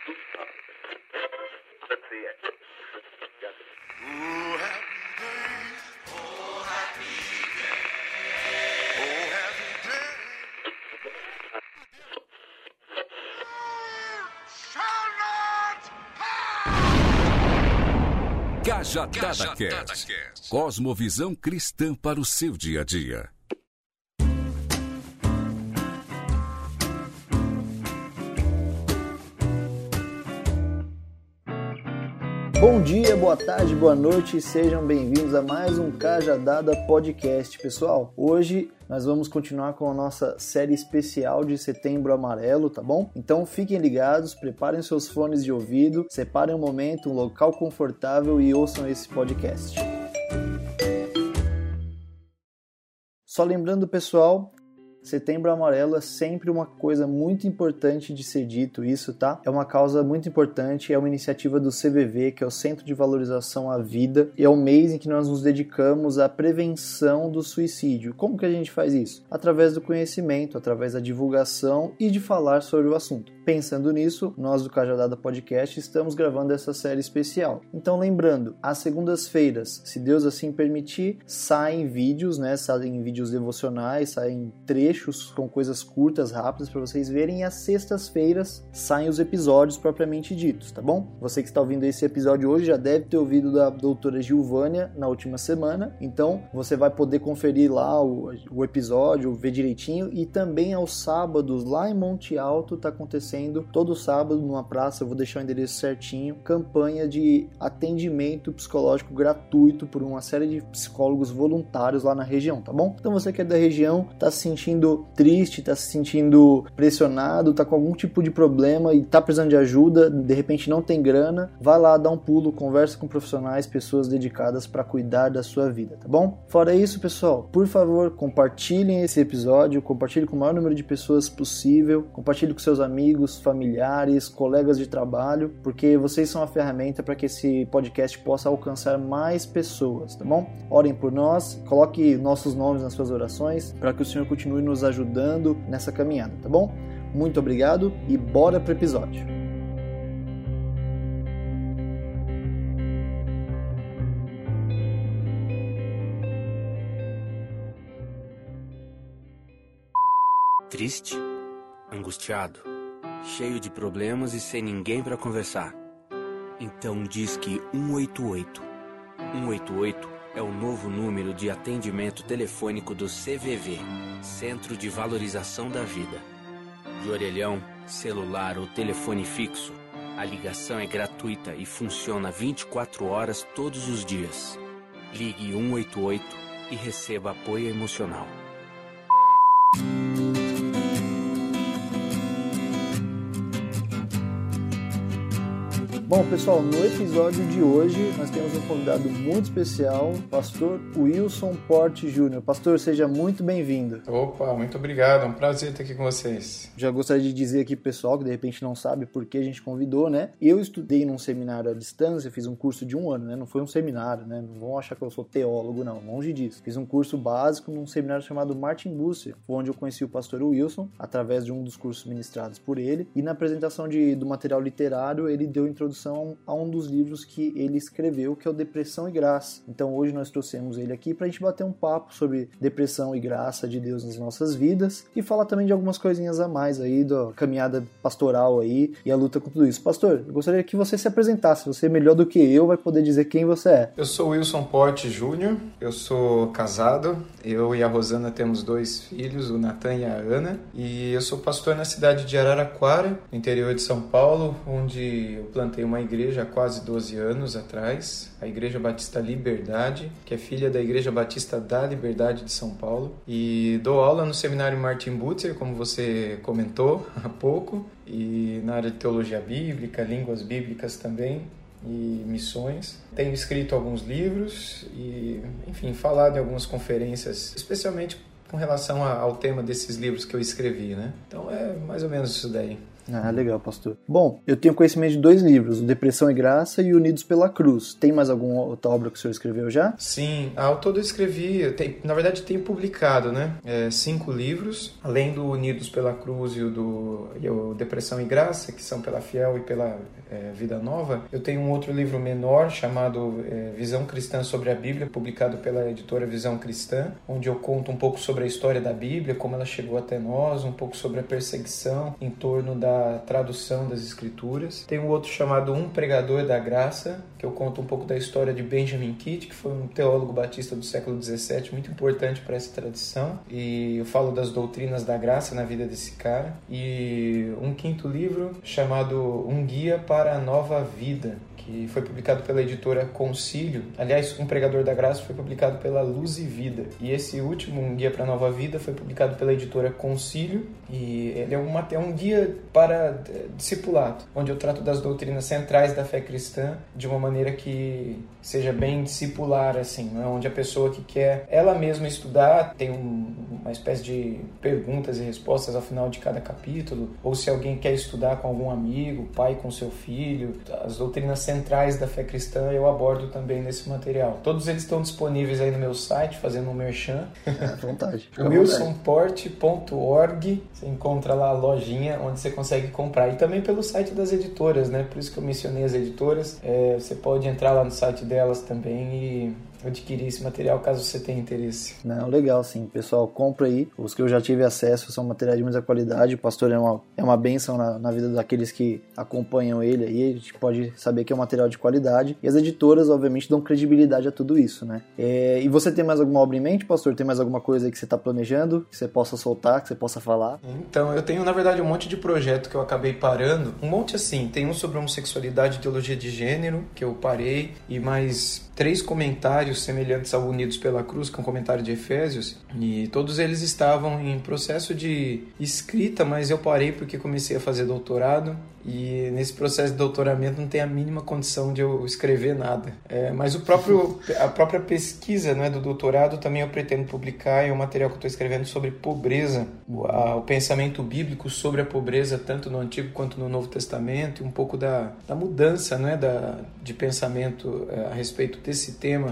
Cajadada Cast, cosmovisão cristã para o seu dia a dia. Bom dia, boa tarde, boa noite, sejam bem-vindos a mais um Cajadada Podcast. Pessoal, hoje nós vamos continuar com a nossa série especial de Setembro Amarelo, tá bom? Então fiquem ligados, preparem seus fones de ouvido, separem um momento, um local confortável e ouçam esse podcast. Só lembrando, pessoal, Setembro Amarelo é sempre uma coisa muito importante de ser dito isso, tá? É uma causa muito importante, é uma iniciativa do CVV, que é o Centro de Valorização à Vida, e é um mês em que nós nos dedicamos à prevenção do suicídio. Como que a gente faz isso? Através do conhecimento, através da divulgação e de falar sobre o assunto. Pensando nisso, nós do Cajadada Podcast estamos gravando essa série especial. Então lembrando, às segundas-feiras, se Deus assim permitir, saem vídeos, né? Saem vídeos devocionais, saem trechos com coisas curtas, rápidas para vocês verem, e às sextas-feiras saem os episódios propriamente ditos, tá bom? Você que está ouvindo esse episódio hoje já deve ter ouvido da doutora Gilvânia na última semana, então você vai poder conferir lá o episódio, ver direitinho, e também aos sábados, lá em Monte Alto, está acontecendo todo sábado numa praça, eu vou deixar o endereço certinho, campanha de atendimento psicológico gratuito por uma série de psicólogos voluntários lá na região, tá bom? Então você que é da região, está se sentindo triste, está se sentindo pressionado, está com algum tipo de problema e está precisando de ajuda, de repente não tem grana, vai lá, dá um pulo, conversa com profissionais, pessoas dedicadas para cuidar da sua vida, tá bom? Fora isso, pessoal, por favor, compartilhem esse episódio, compartilhem com o maior número de pessoas possível, compartilhem com seus amigos, familiares, colegas de trabalho, porque vocês são a ferramenta para que esse podcast possa alcançar mais pessoas, tá bom? Orem por nós, coloque nossos nomes nas suas orações, para que o Senhor continue nos ajudando nessa caminhada, tá bom? Muito obrigado e bora pro episódio. Triste, angustiado, cheio de problemas e sem ninguém para conversar. Então diz que 188. 188 é o novo número de atendimento telefônico do CVV, Centro de Valorização da Vida. De orelhão, celular ou telefone fixo, a ligação é gratuita e funciona 24 horas todos os dias. Ligue 188 e receba apoio emocional. Bom, pessoal, no episódio de hoje nós temos um convidado muito especial, pastor Wilson Porte Júnior. Pastor, seja muito bem-vindo. Opa, muito obrigado, é um prazer estar aqui com vocês. Já gostaria de dizer aqui, pessoal, que de repente não sabe por que a gente convidou, né? Eu estudei num seminário à distância, fiz um curso de 1 ano, né? Não foi um seminário, né? Não vão achar que eu sou teólogo, não, longe disso. Fiz um curso básico num seminário chamado Martin Bucer, onde eu conheci o pastor Wilson, através de um dos cursos ministrados por ele, e na apresentação do material literário, ele deu introdução a um dos livros que ele escreveu, que é o Depressão e Graça. Então hoje nós trouxemos ele aqui para a gente bater um papo sobre depressão e graça de Deus nas nossas vidas e falar também de algumas coisinhas a mais aí da caminhada pastoral aí e a luta com tudo isso. Pastor, eu gostaria que você se apresentasse. Você melhor do que eu vai poder dizer quem você é. Eu sou Wilson Porte Júnior, eu sou casado, eu e a Rosana temos 2 filhos, o Natan e a Ana, e eu sou pastor na cidade de Araraquara, no interior de São Paulo, onde eu plantei uma igreja há quase 12 anos atrás, a Igreja Batista Liberdade, que é filha da Igreja Batista da Liberdade de São Paulo, e dou aula no seminário Martin Bucer, como você comentou há pouco, e na área de teologia bíblica, línguas bíblicas também, e missões. Tenho escrito alguns livros e, enfim, falado em algumas conferências, especialmente com relação ao tema desses livros que eu escrevi, né? Então é mais ou menos isso daí. Ah, legal, pastor. Bom, eu tenho conhecimento de 2 livros, o Depressão e Graça e Unidos pela Cruz. Tem mais alguma outra obra que o senhor escreveu já? Sim, ao todo eu escrevi, na verdade tenho publicado, né? 5 livros, além do Unidos pela Cruz e o Depressão e Graça, que são pela Fiel e pela Vida Nova. Eu tenho um outro livro menor chamado Visão Cristã sobre a Bíblia, publicado pela editora Visão Cristã, onde eu conto um pouco sobre a história da Bíblia, como ela chegou até nós, um pouco sobre a perseguição em torno da tradução das Escrituras. Tem um outro chamado Um Pregador da Graça, que eu conto um pouco da história de Benjamin Kitt, que foi um teólogo batista do século XVII, muito importante para essa tradição, e eu falo das doutrinas da graça na vida desse cara. E um 5º livro chamado Um Guia para a Nova Vida, que foi publicado pela editora Concílio. Aliás, Um Pregador da Graça foi publicado pela Luz e Vida. E esse último, Um Guia para a Nova Vida, foi publicado pela editora Concílio. E ele é um guia para discipulado, onde eu trato das doutrinas centrais da fé cristã de uma maneira que seja bem discipular, assim, né? Onde a pessoa que quer ela mesma estudar tem uma espécie de perguntas e respostas ao final de cada capítulo, ou se alguém quer estudar com algum amigo, pai com seu filho, as doutrinas centrais da fé cristã eu abordo também nesse material. Todos eles estão disponíveis aí no meu site, fazendo um merchan. À vontade. wilsonporte.org. Você encontra lá a lojinha onde você consegue comprar. E também pelo site das editoras, né? Por isso que eu mencionei as editoras. Você pode entrar lá no site delas também e adquirir esse material caso você tenha interesse. Não, legal, sim. Pessoal, compra aí. Os que eu já tive acesso são materiais de muita qualidade. O pastor é uma bênção na vida daqueles que acompanham ele aí. A gente pode saber que é um material de qualidade. E as editoras, obviamente, dão credibilidade a tudo isso, né? E você tem mais alguma obra em mente, pastor? Tem mais alguma coisa aí que você está planejando? Que você possa soltar, que você possa falar? Então, eu tenho, na verdade, um monte de projeto que eu acabei parando. Um monte assim. Tem um sobre homossexualidade e ideologia de gênero, que eu parei. E mais 3 comentários semelhantes ao Unidos pela Cruz, que é um comentário de Efésios, e todos eles estavam em processo de escrita, mas eu parei porque comecei a fazer doutorado, e nesse processo de doutoramento não tem a mínima condição de eu escrever nada. Mas a própria pesquisa, né, do doutorado também eu pretendo publicar, é um material que eu estou escrevendo sobre pobreza, o pensamento bíblico sobre a pobreza, tanto no Antigo quanto no Novo Testamento, e um pouco da mudança, né, de pensamento a respeito desse tema,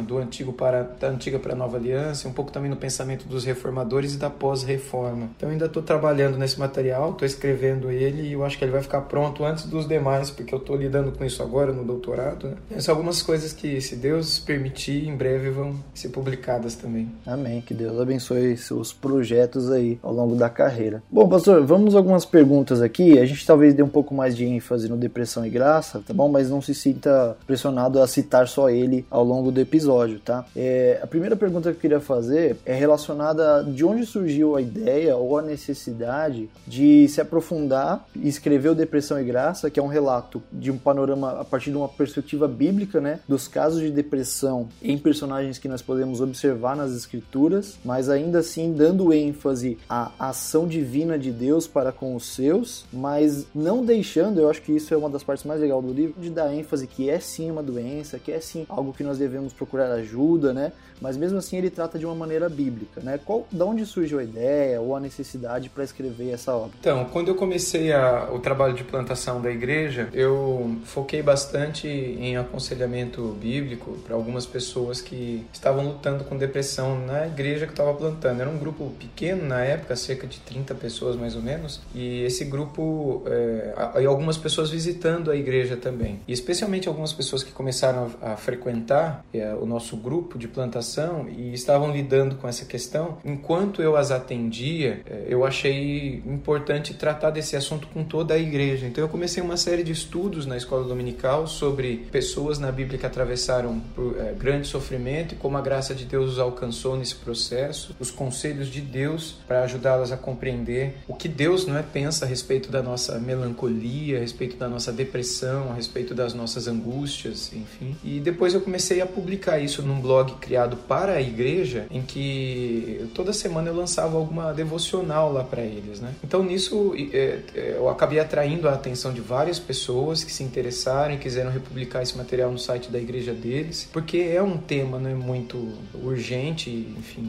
da Antiga para a Nova Aliança, um pouco também no pensamento dos reformadores e da pós-reforma. Então ainda estou trabalhando nesse material, estou escrevendo ele e eu acho que ele vai ficar pronto antes dos demais, porque eu estou lidando com isso agora no doutorado, né? São algumas coisas que, se Deus permitir, em breve vão ser publicadas também. Amém, que Deus abençoe seus projetos aí ao longo da carreira. Bom, pastor, vamos a algumas perguntas aqui. A gente talvez dê um pouco mais de ênfase no Depressão e Graça, tá bom? Mas não se sinta pressionado a citar só ele ao longo do episódio, tá? A primeira pergunta que eu queria fazer é relacionada a de onde surgiu a ideia ou a necessidade de se aprofundar e escrever o Depressão e Graça, que é um relato de um panorama a partir de uma perspectiva bíblica, né, dos casos de depressão em personagens que nós podemos observar nas Escrituras, mas ainda assim dando ênfase à ação divina de Deus para com os seus, mas não deixando, eu acho que isso é uma das partes mais legais do livro, de dar ênfase que é sim uma doença, que é sim algo que nós devemos procurar ajuda, né, mas mesmo assim ele trata de uma maneira bíblica, né? Da onde surgiu a ideia ou a necessidade para escrever essa obra? Então, quando eu comecei o trabalho de plantação da igreja, eu foquei bastante em aconselhamento bíblico para algumas pessoas que estavam lutando com depressão na igreja que eu estava plantando. Era um grupo pequeno na época, cerca de 30 pessoas mais ou menos, e esse grupo, e algumas pessoas visitando a igreja também. E especialmente algumas pessoas que começaram a frequentar o nosso grupo de plantação e estavam lidando com essa questão. Enquanto eu as atendia, eu achei importante tratar desse assunto com toda a igreja. Então eu comecei uma série de estudos na escola dominical sobre pessoas na Bíblia que atravessaram por grande sofrimento e como a graça de Deus os alcançou nesse processo, os conselhos de Deus para ajudá-las a compreender o que Deus pensa a respeito da nossa melancolia, a respeito da nossa depressão, a respeito das nossas angústias, enfim. E depois eu comecei a publicar isso num blog criado para a igreja, em que toda semana eu lançava alguma devocional lá para eles, né? Então nisso eu acabei atraindo a atenção de várias pessoas que se interessaram e quiseram republicar esse material no site da igreja deles, porque é um tema muito urgente, enfim,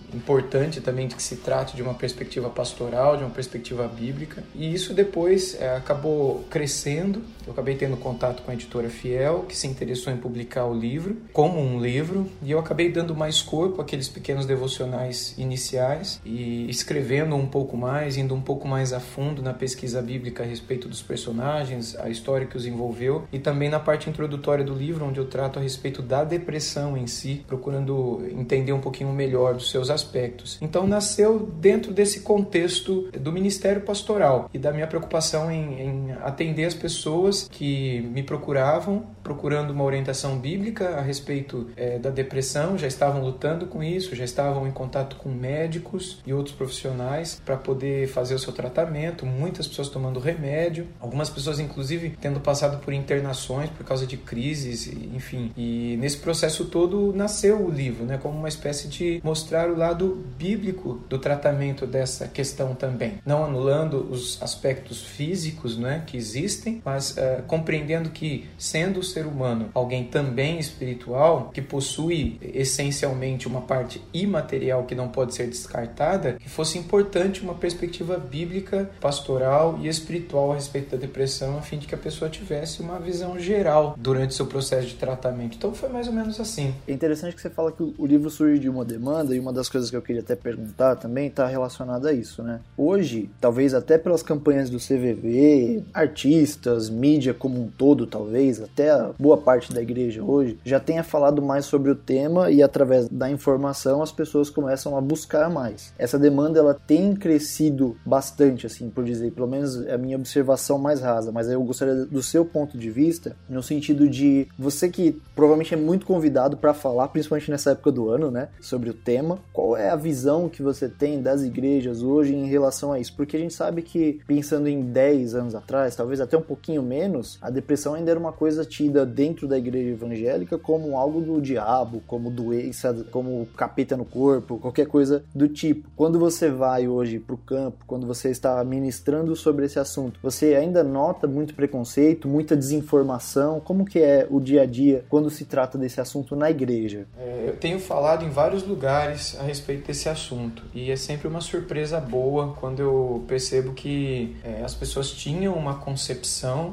importante também de que se trate de uma perspectiva pastoral, de uma perspectiva bíblica. E isso depois acabou crescendo. Eu acabei tendo contato com a editora Fiel, que se interessou em publicar o livro como um livro, e eu acabei dando mais corpo àqueles pequenos devocionais iniciais e escrevendo um pouco mais, indo um pouco mais a fundo na pesquisa bíblica a respeito dos personagens, a história que os envolveu, e também na parte introdutória do livro, onde eu trato a respeito da depressão em si, procurando entender um pouquinho melhor dos seus aspectos. Então nasceu dentro desse contexto do ministério pastoral e da minha preocupação em atender as pessoas que me procuravam, procurando uma orientação bíblica a respeito da depressão, já estavam lutando com isso, já estavam em contato com médicos e outros profissionais para poder fazer o seu tratamento, muitas pessoas tomando remédio, algumas pessoas inclusive tendo passado por internações por causa de crises, enfim. E nesse processo todo nasceu o livro, né, como uma espécie de mostrar o lado bíblico do tratamento dessa questão também, não anulando os aspectos físicos, né, que existem, mas compreendendo que, sendo o ser humano alguém também espiritual, que possui essencialmente uma parte imaterial que não pode ser descartada, que fosse importante uma perspectiva bíblica, pastoral e espiritual a respeito da depressão, a fim de que a pessoa tivesse uma visão geral durante seu processo de tratamento. Então foi mais ou menos assim. É interessante que você fala que o livro surge de uma demanda, e uma das coisas que eu queria até perguntar também está relacionada a isso, né? Hoje, talvez até pelas campanhas do CVV, artistas, mídia como um todo, talvez, até a boa parte da igreja hoje, já tenha falado mais sobre o tema, e através da informação as pessoas começam a buscar mais. Essa demanda, ela tem crescido bastante, assim, por dizer, pelo menos é a minha observação mais rasa, mas eu gostaria do seu ponto de vista, no sentido de você que provavelmente é muito convidado para falar, principalmente nessa época do ano, né, sobre o tema, qual é a visão que você tem das igrejas hoje em relação a isso? Porque a gente sabe que, pensando em 10 anos atrás, talvez até um pouquinho menos, a depressão ainda era uma coisa tida dentro da igreja evangélica como algo do diabo, como doença, como capeta no corpo, qualquer coisa do tipo. Quando você vai hoje pro campo, quando você está ministrando sobre esse assunto, você ainda nota muito preconceito, muita desinformação? Como que é o dia a dia quando se trata desse assunto na igreja? Eu tenho falado em vários lugares a respeito desse assunto, e é sempre uma surpresa boa quando eu percebo que as pessoas tinham uma concepção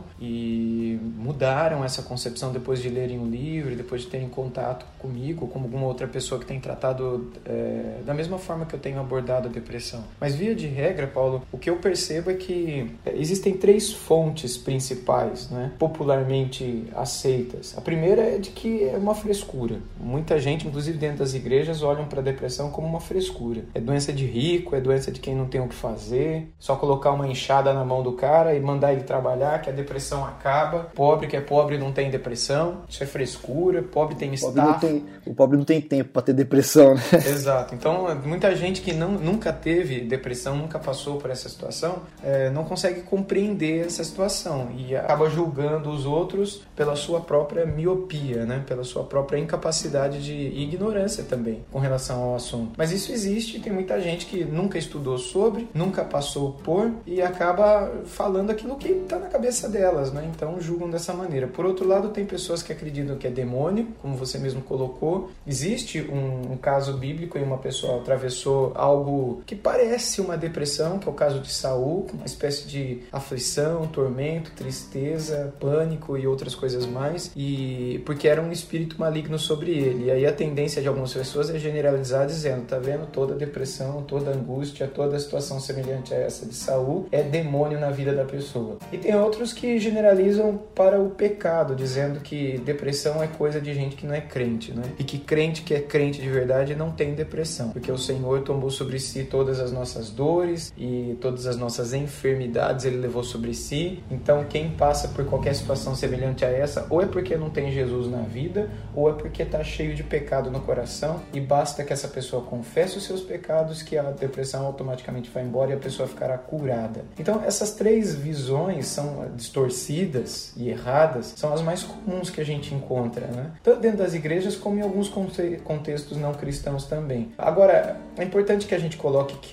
e mudaram essa concepção depois de lerem o livro, depois de terem contato comigo ou com alguma outra pessoa que tem tratado da mesma forma que eu tenho abordado a depressão. Mas via de regra, Paulo, o que eu percebo é que existem 3 fontes principais, né, popularmente aceitas. A primeira é de que é uma frescura. Muita gente, inclusive dentro das igrejas, olham para a depressão como uma frescura. É doença de rico, é doença de quem não tem o que fazer, só colocar uma enxada na mão do cara e mandar ele trabalhar que a depressão acaba. Pobre que é pobre não tem depressão, isso é frescura, pobre tem estafa. O pobre não tem tempo para ter depressão, né? Exato. Então, muita gente que nunca teve depressão, nunca passou por essa situação, não consegue compreender essa situação e acaba julgando os outros pela sua própria miopia, né? Pela sua própria incapacidade e ignorância também com relação ao assunto. Mas isso existe, tem muita gente que nunca estudou sobre, nunca passou por e acaba falando aquilo que está na cabeça delas, né? Então julgam dessa maneira. Por outro lado, tem pessoas que acreditam que é demônio, como você mesmo colocou. Existe um caso bíblico em uma pessoa atravessou algo que parece uma depressão, que é o caso de Saul, uma espécie de aflição, tormento, tristeza, pânico e outras coisas mais, e porque era um espírito maligno sobre ele. E aí a tendência de algumas pessoas é generalizar dizendo, tá vendo, toda depressão, toda angústia, toda situação semelhante a essa de Saul é demônio na vida da pessoa. E tem outros que generalizam para o pecado, dizendo que depressão é coisa de gente que não é crente, né? E que crente que é crente de verdade não tem depressão, porque o Senhor tomou sobre si todas as nossas dores e todas as nossas enfermidades ele levou sobre si. Então quem passa por qualquer situação semelhante a essa, ou é porque não tem Jesus na vida, ou é porque está cheio de pecado no coração, e basta que essa pessoa confesse os seus pecados que a depressão automaticamente vai embora e a pessoa ficará curada. Então essas 3 visões são distorcidas e erradas, são as mais comuns que a gente encontra, né? Tanto dentro das igrejas como em alguns contextos não cristãos também. Agora, é importante que a gente coloque que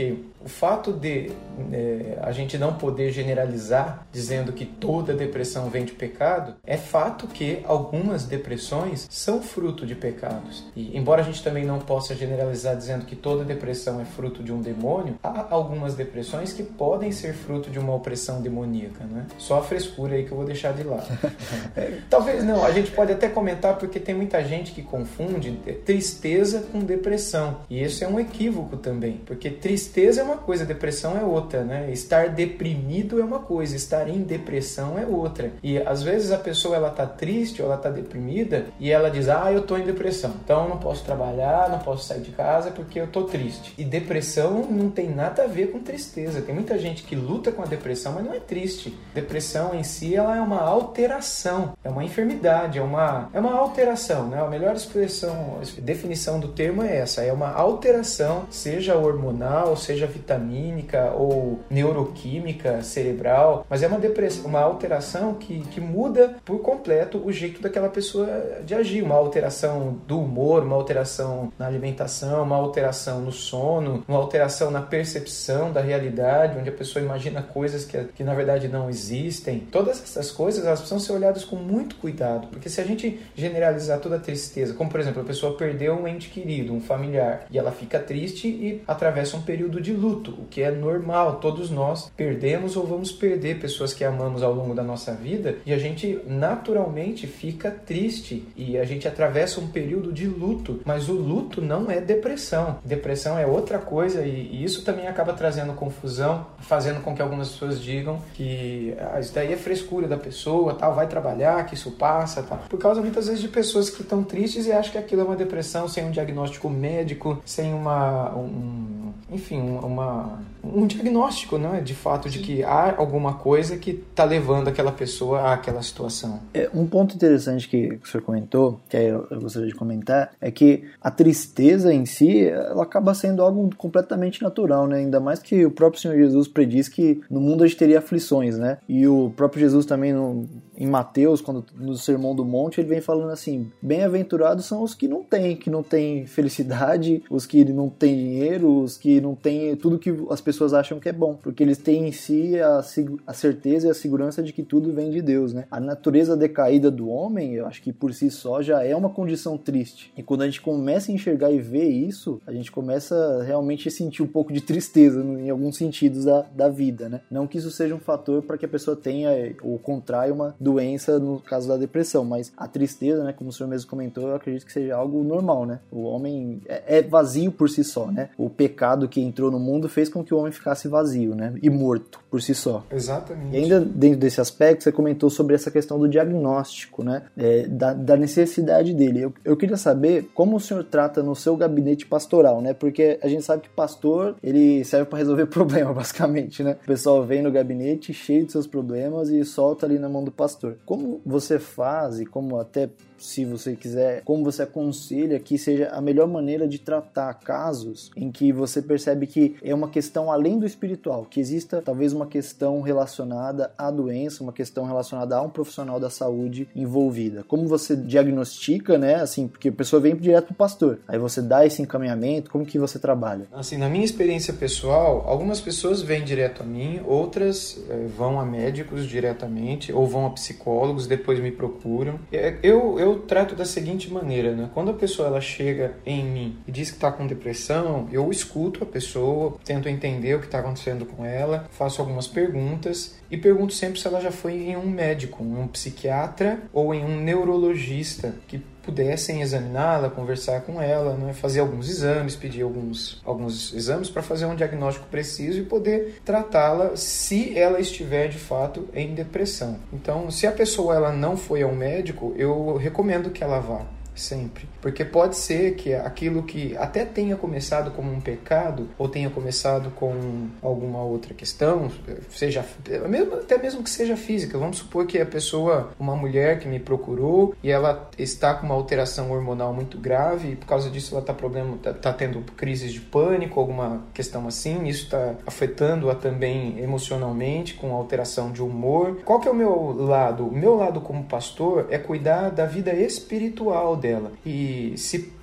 O fato de a gente não poder generalizar dizendo que toda depressão vem de pecado, é fato que algumas depressões são fruto de pecados. E embora a gente também não possa generalizar dizendo que toda depressão é fruto de um demônio, há algumas depressões que podem ser fruto de uma opressão demoníaca, né? Só a frescura aí que eu vou deixar de lado. Talvez não, a gente pode até comentar porque tem muita gente que confunde tristeza com depressão. E isso é um equívoco também, porque tristeza é uma coisa, depressão é outra, né? Estar deprimido é uma coisa, estar em depressão é outra. E às vezes a pessoa ela tá triste ou ela tá deprimida e ela diz, eu tô em depressão, então eu não posso trabalhar, não posso sair de casa porque eu tô triste. E depressão não tem nada a ver com tristeza. Tem muita gente que luta com a depressão, mas não é triste. Depressão em si, ela é uma alteração, é uma enfermidade, é uma alteração, né? A melhor definição do termo é essa, é uma alteração, seja hormonal, seja vitamínica ou neuroquímica, cerebral, mas é uma alteração que muda por completo o jeito daquela pessoa de agir, uma alteração do humor, uma alteração na alimentação, uma alteração no sono, uma alteração na percepção da realidade, onde a pessoa imagina coisas que na verdade não existem. Todas essas coisas, elas precisam ser olhadas com muito cuidado, porque se a gente generalizar toda a tristeza, como por exemplo, a pessoa perdeu um ente querido, um familiar, e ela fica triste e atravessa um período de luto, o que é normal, todos nós perdemos ou vamos perder pessoas que amamos ao longo da nossa vida, e a gente naturalmente fica triste, e a gente atravessa um período de luto, mas o luto não é depressão. Depressão é outra coisa, e isso também acaba trazendo confusão, fazendo com que algumas pessoas digam que isso daí é frescura da pessoa, tal, vai trabalhar, que isso passa, tal. Por causa muitas vezes de pessoas que estão tristes e acham que aquilo é uma depressão sem um diagnóstico médico, sem um diagnóstico, né, de fato, de que há alguma coisa que está levando aquela pessoa àquela situação. Um ponto interessante que o senhor comentou, que eu gostaria de comentar, é que a tristeza em si, ela acaba sendo algo completamente natural, né? Ainda mais que o próprio Senhor Jesus prediz que no mundo a gente teria aflições, né? E o próprio Jesus também, em Mateus, no Sermão do Monte, ele vem falando assim, bem-aventurados são os que não têm felicidade, os que não têm dinheiro, os que não têm tudo que as pessoas acham que é bom, porque eles têm em si a certeza e a segurança de que tudo vem de Deus, né? A natureza decaída do homem, eu acho que por si só já é uma condição triste. E quando a gente começa a enxergar e ver isso, a gente começa realmente a sentir um pouco de tristeza em alguns sentidos da vida, né? Não que isso seja um fator para que a pessoa tenha ou contraia uma doença no caso da depressão, mas a tristeza, né, como o senhor mesmo comentou, eu acredito que seja algo normal, né? O homem é vazio por si só, né? O pecado que entrou no mundo fez com que o homem ficasse vazio, né? E morto por si só. Exatamente. E ainda dentro desse aspecto, você comentou sobre essa questão do diagnóstico, né? Da necessidade dele. Eu queria saber como o senhor trata no seu gabinete pastoral, né? Porque a gente sabe que pastor, ele serve para resolver problema, basicamente, né? O pessoal vem no gabinete cheio de seus problemas e solta ali na mão do pastor. Como você faz e como até, se você quiser, como você aconselha que seja a melhor maneira de tratar casos em que você percebe que é uma questão além do espiritual, que exista talvez uma questão relacionada à doença, uma questão relacionada a um profissional da saúde envolvida. Como você diagnostica, né, assim, porque a pessoa vem direto pro pastor, aí você dá esse encaminhamento, como que você trabalha? Assim, na minha experiência pessoal, algumas pessoas vêm direto a mim, outras vão a médicos diretamente, ou vão a psicólogos, depois me procuram. Eu trato da seguinte maneira, né? Quando a pessoa ela chega em mim e diz que está com depressão, eu escuto a pessoa, tento entender o que está acontecendo com ela, faço algumas perguntas e pergunto sempre se ela já foi em um médico, em um psiquiatra ou em um neurologista que pudessem examiná-la, conversar com ela, né? Fazer alguns exames, pedir alguns exames para fazer um diagnóstico preciso e poder tratá-la se ela estiver de fato em depressão. Então, se a pessoa ela não foi ao médico, eu recomendo que ela vá. Sempre. Porque pode ser que aquilo que até tenha começado como um pecado ou tenha começado com alguma outra questão, seja até mesmo que seja física. Vamos supor que a pessoa, uma mulher que me procurou e ela está com uma alteração hormonal muito grave e por causa disso ela está tendo crises de pânico, alguma questão assim, isso está afetando-a também emocionalmente com alteração de humor. Qual que é o meu lado? O meu lado como pastor é cuidar da vida espiritual dela. E se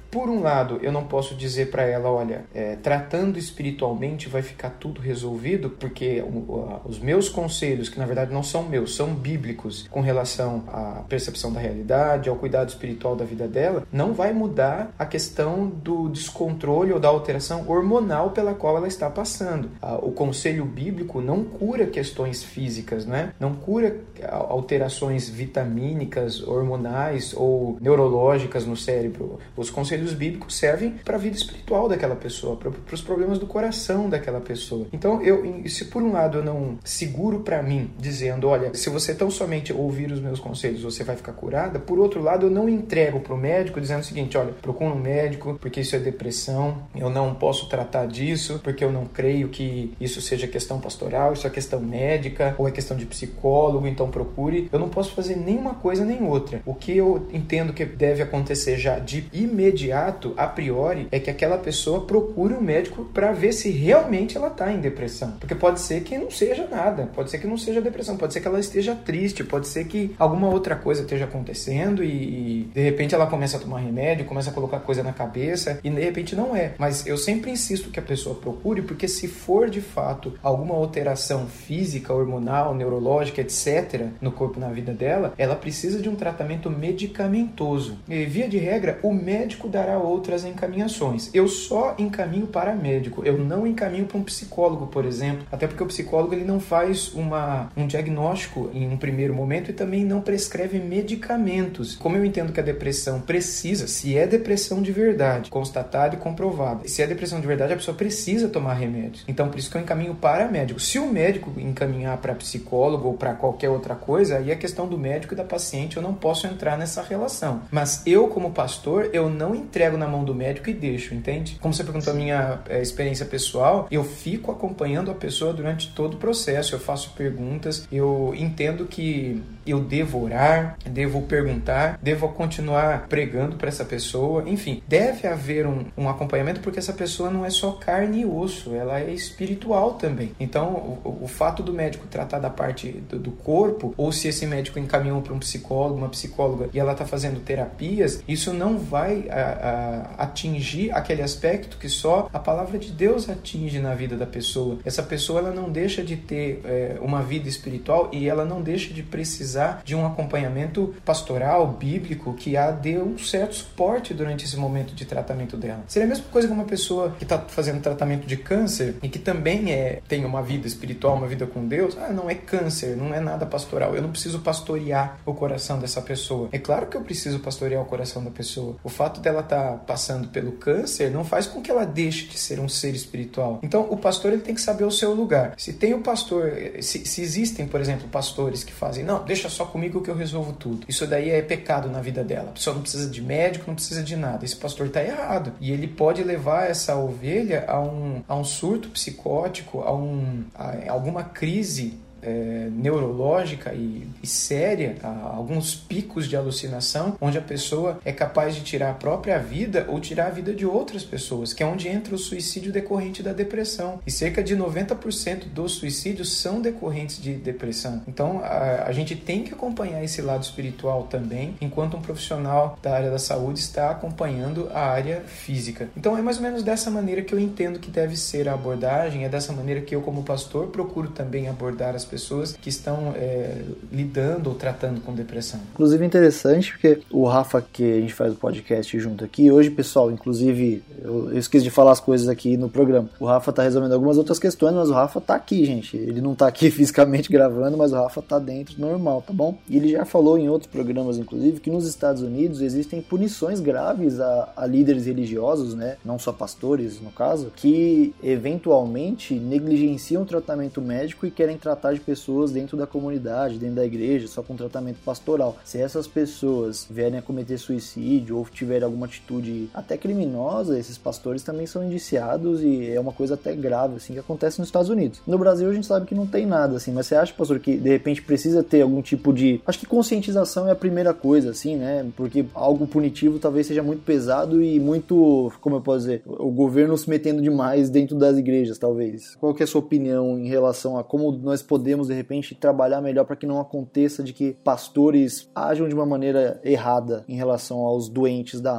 por um lado, eu não posso dizer para ela, olha, tratando espiritualmente vai ficar tudo resolvido, porque os meus conselhos, que na verdade não são meus, são bíblicos, com relação à percepção da realidade, ao cuidado espiritual da vida dela, não vai mudar a questão do descontrole ou da alteração hormonal pela qual ela está passando. O conselho bíblico não cura questões físicas, né? Não cura alterações vitamínicas, hormonais ou neurológicas no cérebro. Os conselhos bíblicos servem para a vida espiritual daquela pessoa, para os problemas do coração daquela pessoa. Então, se por um lado eu não seguro para mim, dizendo, olha, se você tão somente ouvir os meus conselhos, você vai ficar curada, por outro lado, eu não entrego para o médico dizendo o seguinte, olha, procura um médico, porque isso é depressão, eu não posso tratar disso, porque eu não creio que isso seja questão pastoral, isso é questão médica, ou é questão de psicólogo, então procure. Eu não posso fazer nenhuma coisa nem outra. O que eu entendo que deve acontecer já de imediato, a priori, é que aquela pessoa procure um médico para ver se realmente ela está em depressão. Porque pode ser que não seja nada, pode ser que não seja depressão, pode ser que ela esteja triste, pode ser que alguma outra coisa esteja acontecendo e de repente ela começa a tomar remédio, começa a colocar coisa na cabeça e de repente não é. Mas eu sempre insisto que a pessoa procure, porque se for de fato alguma alteração física, hormonal, neurológica, etc., no corpo, na vida dela, ela precisa de um tratamento medicamentoso. E, via de regra, o médico dará outras encaminhações. Eu só encaminho para médico, eu não encaminho para um psicólogo, por exemplo, até porque o psicólogo ele não faz um diagnóstico em um primeiro momento e também não prescreve medicamentos. Como eu entendo que a depressão precisa, se é depressão de verdade, constatada e comprovada, se é depressão de verdade, a pessoa precisa tomar remédios. Então, por isso que eu encaminho para médico. Se o médico encaminhar para psicólogo ou para qualquer outra coisa, aí é questão do médico e da paciente, eu não posso entrar nessa relação. Mas eu, como pastor, eu não entrego na mão do médico e deixo, entende? Como você perguntou a minha experiência pessoal, eu fico acompanhando a pessoa durante todo o processo, eu faço perguntas, eu entendo que eu devo orar, devo perguntar, devo continuar pregando para essa pessoa, enfim, deve haver um acompanhamento, porque essa pessoa não é só carne e osso, ela é espiritual também. Então, o fato do médico tratar da parte do corpo, ou se esse médico encaminhou para um psicólogo, uma psicóloga, e ela está fazendo terapias, isso não vai atingir aquele aspecto que só a palavra de Deus atinge na vida da pessoa. Essa pessoa ela não deixa de ter uma vida espiritual e ela não deixa de precisar de um acompanhamento pastoral, bíblico, que a dê um certo suporte durante esse momento de tratamento dela. Seria a mesma coisa que uma pessoa que está fazendo tratamento de câncer e que também tem uma vida espiritual, uma vida com Deus. Não é câncer, não é nada pastoral. Eu não preciso pastorear o coração dessa pessoa. É claro que eu preciso pastorear o coração da pessoa. O fato dela estar passando pelo câncer não faz com que ela deixe de ser um ser espiritual. Então, o pastor ele tem que saber o seu lugar. Se tem o pastor, se existem, por exemplo, pastores que fazem, não, deixa só comigo que eu resolvo tudo. Isso daí é pecado na vida dela. A pessoa não precisa de médico, não precisa de nada. Esse pastor está errado. E ele pode levar essa ovelha a um surto psicótico, a alguma crise neurológica e séria, alguns picos de alucinação, onde a pessoa é capaz de tirar a própria vida ou tirar a vida de outras pessoas, que é onde entra o suicídio decorrente da depressão. E cerca de 90% dos suicídios são decorrentes de depressão. Então, a gente tem que acompanhar esse lado espiritual também, enquanto um profissional da área da saúde está acompanhando a área física. Então, é mais ou menos dessa maneira que eu entendo que deve ser a abordagem, é dessa maneira que eu, como pastor, procuro também abordar as pessoas que estão lidando ou tratando com depressão. Inclusive interessante, porque o Rafa, que a gente faz o podcast junto aqui, hoje, pessoal, inclusive, eu esqueci de falar as coisas aqui no programa. O Rafa tá resolvendo algumas outras questões, mas o Rafa tá aqui, gente. Ele não tá aqui fisicamente gravando, mas o Rafa tá dentro normal, tá bom? E ele já falou em outros programas, inclusive, que nos Estados Unidos existem punições graves a líderes religiosos, né? Não só pastores, no caso, que eventualmente negligenciam o tratamento médico e querem tratar de pessoas dentro da comunidade, dentro da igreja, só com tratamento pastoral. Se essas pessoas vierem a cometer suicídio ou tiverem alguma atitude até criminosa, esses pastores também são indiciados e é uma coisa até grave, assim, que acontece nos Estados Unidos. No Brasil a gente sabe que não tem nada, assim, mas você acha, pastor, que de repente precisa ter algum tipo de... Acho que conscientização é a primeira coisa, assim, né? Porque algo punitivo talvez seja muito pesado e muito, como eu posso dizer, o governo se metendo demais dentro das igrejas, talvez. Qual que é a sua opinião em relação a como nós podemos, de repente, trabalhar melhor para que não aconteça de que pastores ajam de uma maneira errada em relação aos doentes da alma?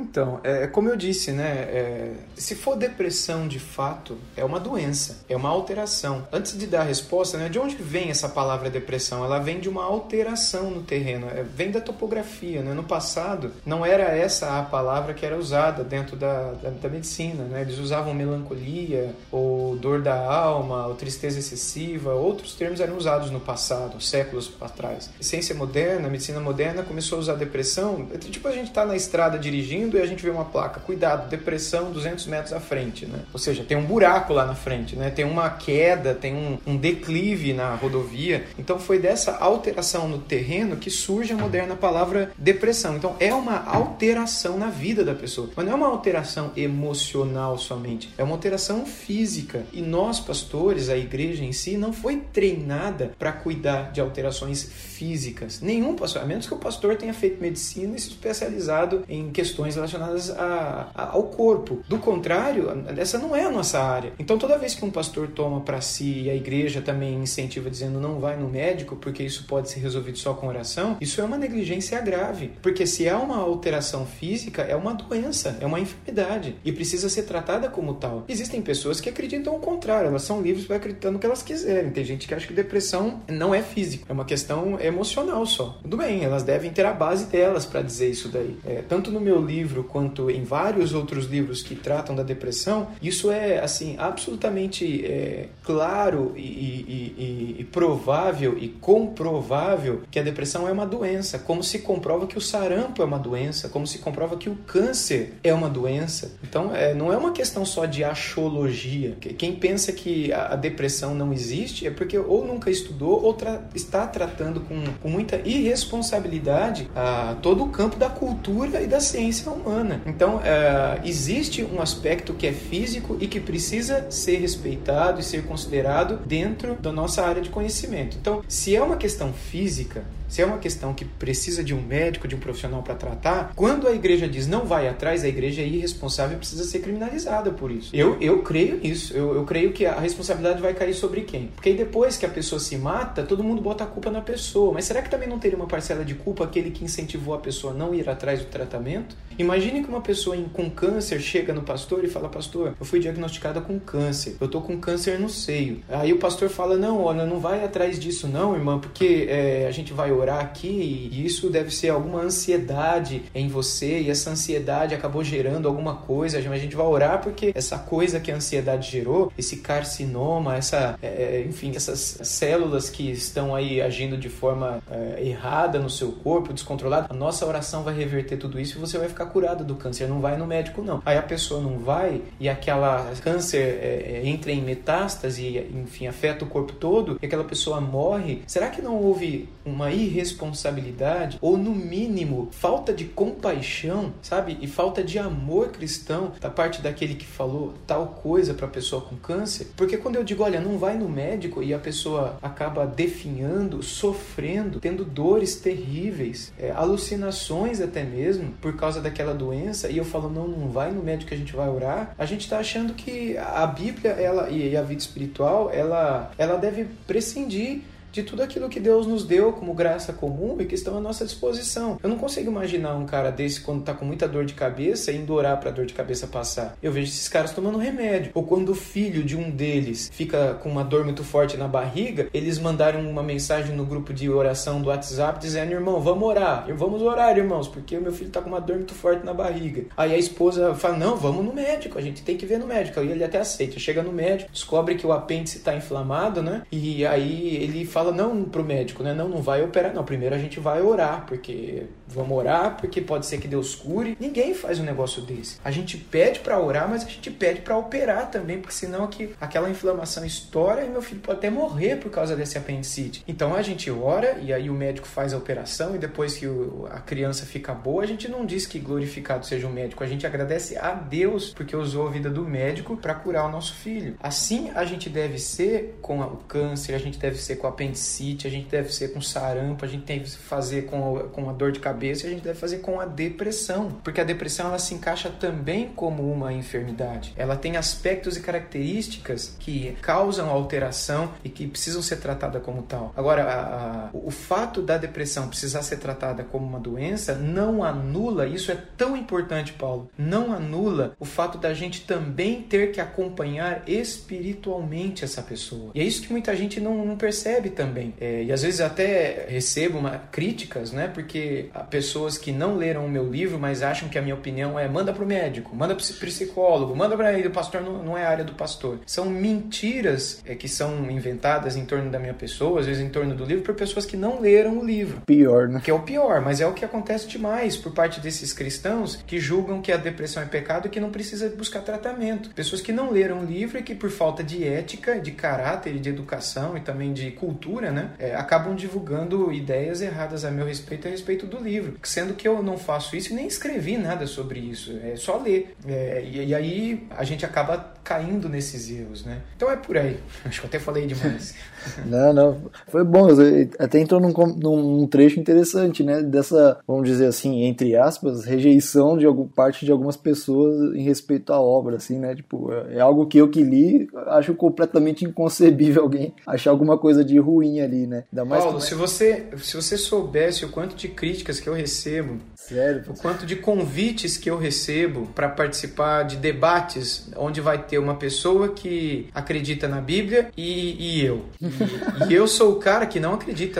Então, como eu disse, né, se for depressão de fato, é uma doença, é uma alteração. Antes de dar a resposta, né, de onde vem essa palavra depressão? Ela vem de uma alteração no terreno, vem da topografia, né? No passado, não era essa a palavra que era usada dentro da medicina, né? Eles usavam melancolia, ou dor da alma, ou tristeza excessiva, outros termos eram usados no passado, séculos atrás. A ciência moderna, a medicina moderna começou a usar depressão, tipo a gente tá na estrada dirigindo e a gente vê uma placa, cuidado, depressão 200 metros à frente, né? Ou seja, tem um buraco lá na frente, né? Tem uma queda, tem um declive na rodovia. Então foi dessa alteração no terreno que surge a moderna palavra depressão. Então é uma alteração na vida da pessoa, mas não é uma alteração emocional somente, é uma alteração física. E nós, pastores, a igreja em si, não foi treinada para cuidar de alterações físicas. Nenhum pastor, a menos que o pastor tenha feito medicina e se especializado em questões relacionadas ao corpo. Do contrário, essa não é a nossa área. Então toda vez que um pastor toma para si, e a igreja também incentiva dizendo não vai no médico porque isso pode ser resolvido só com oração, isso é uma negligência grave. Porque se é uma alteração física, é uma doença, é uma enfermidade e precisa ser tratada como tal. Existem pessoas que acreditam o contrário, elas são livres para acreditar no que elas quiserem. Tem gente que acha que depressão não é física, é uma questão emocional só. Tudo bem, elas devem ter a base delas para dizer isso daí. Tanto no meu livro quanto em vários outros livros que tratam da depressão, isso é assim absolutamente claro e provável e comprovável que a depressão é uma doença, como se comprova que o sarampo é uma doença, como se comprova que o câncer é uma doença. Então, não é uma questão só de axologia. Quem pensa que a depressão não existe é porque ou nunca estudou ou está tratando com muita irresponsabilidade todo o campo da cultura e da ciência humana. Então, existe um aspecto que é físico e que precisa ser respeitado e ser considerado dentro da nossa área de conhecimento. Então, se é uma questão física, se é uma questão que precisa de um médico, de um profissional para tratar, quando a igreja diz não vai atrás, a igreja é irresponsável e precisa ser criminalizada por isso. Eu creio nisso. Eu creio que a responsabilidade vai cair sobre quem? Porque aí depois que a pessoa se mata, todo mundo bota a culpa na pessoa. Mas será que também não teria uma parcela de culpa aquele que incentivou a pessoa a não ir atrás do tratamento? Imagine que uma pessoa com câncer chega no pastor e fala: pastor, eu fui diagnosticada com câncer, eu tô com câncer no seio. Aí o pastor fala: não, olha, não vai atrás disso não, irmã, porque a gente vai orar aqui e isso deve ser alguma ansiedade em você e essa ansiedade acabou gerando alguma coisa, mas a gente vai orar porque essa coisa que a ansiedade gerou, esse carcinoma, enfim, essas células que estão aí agindo de forma errada no seu corpo, descontrolada, a nossa oração vai reverter tudo isso e você vai ficar curado do câncer, não vai no médico não. Aí a pessoa não vai e aquela câncer entra em metástase, enfim, afeta o corpo todo e aquela pessoa morre. Será que não houve uma irresponsabilidade ou no mínimo falta de compaixão, sabe? E falta de amor cristão da parte daquele que falou tal coisa para a pessoa com câncer? Porque quando eu digo, olha, não vai no médico e a pessoa acaba definhando, sofrendo, tendo dores terríveis, alucinações até mesmo por causa daquela doença, e eu falo, não vai no médico que a gente vai orar, a gente está achando que a Bíblia e a vida espiritual, ela deve prescindir de tudo aquilo que Deus nos deu como graça comum e que estão à nossa disposição. Eu não consigo imaginar um cara desse quando está com muita dor de cabeça indo orar para a dor de cabeça passar. Eu vejo esses caras tomando remédio. Ou quando o filho de um deles fica com uma dor muito forte na barriga, eles mandaram uma mensagem no grupo de oração do WhatsApp dizendo: irmão, vamos orar, irmãos, porque o meu filho está com uma dor muito forte na barriga. Aí a esposa fala: não, vamos no médico, a gente tem que ver no médico. Aí ele até aceita, chega no médico, descobre que o apêndice está inflamado, né? E aí ele fala não pro médico, né? Não vai operar, não. Primeiro a gente vai orar, vamos orar, porque pode ser que Deus cure. Ninguém faz um negócio desse. A gente pede pra orar, mas a gente pede pra operar também, porque senão aquela inflamação estoura e meu filho pode até morrer por causa desse apendicite. Então a gente ora e aí o médico faz a operação e depois que a criança fica boa, a gente não diz que glorificado seja o médico, a gente agradece a Deus porque usou a vida do médico pra curar o nosso filho. Assim a gente deve ser com o câncer, a gente deve ser com o apendicite, a gente deve ser com sarampo, a gente tem que fazer com a dor de cabeça, cabeça, a gente deve fazer com a depressão, porque a depressão ela se encaixa também como uma enfermidade. Ela tem aspectos e características que causam alteração e que precisam ser tratadas como tal. Agora, o fato da depressão precisar ser tratada como uma doença não anula, isso é tão importante, Paulo, não anula o fato da gente também ter que acompanhar espiritualmente essa pessoa. E é isso que muita gente não percebe também. E às vezes até recebo críticas, né? Porque há pessoas que não leram o meu livro, mas acham que a minha opinião é manda pro médico, manda pro psicólogo, manda pra ele, o pastor não é a área do pastor. São mentiras que são inventadas em torno da minha pessoa, às vezes em torno do livro, por pessoas que não leram o livro. Pior, né? Que é o pior, mas é o que acontece demais por parte desses cristãos que julgam que a depressão é pecado e que não precisa buscar tratamento. Pessoas que não leram o livro e que por falta de ética, de caráter, de educação e também de cultura, né, acabam divulgando ideias erradas a meu respeito, a respeito do livro. Sendo que eu não faço isso e nem escrevi nada sobre isso. É só ler. E aí a gente acaba caindo nesses erros, né? Então é por aí. Acho que eu até falei demais. Não. Foi bom. Até entrou num trecho interessante, né? Dessa, vamos dizer assim, entre aspas, rejeição de parte de algumas pessoas em respeito à obra, assim, né? Tipo, é algo que eu que li, acho completamente inconcebível alguém achar alguma coisa de ruim ali, né? Ainda mais Paulo, se você soubesse o quanto de críticas que eu recebo, sério? O quanto de convites que eu recebo para participar de debates onde vai ter uma pessoa que acredita na Bíblia e eu. E eu sou o cara que não acredita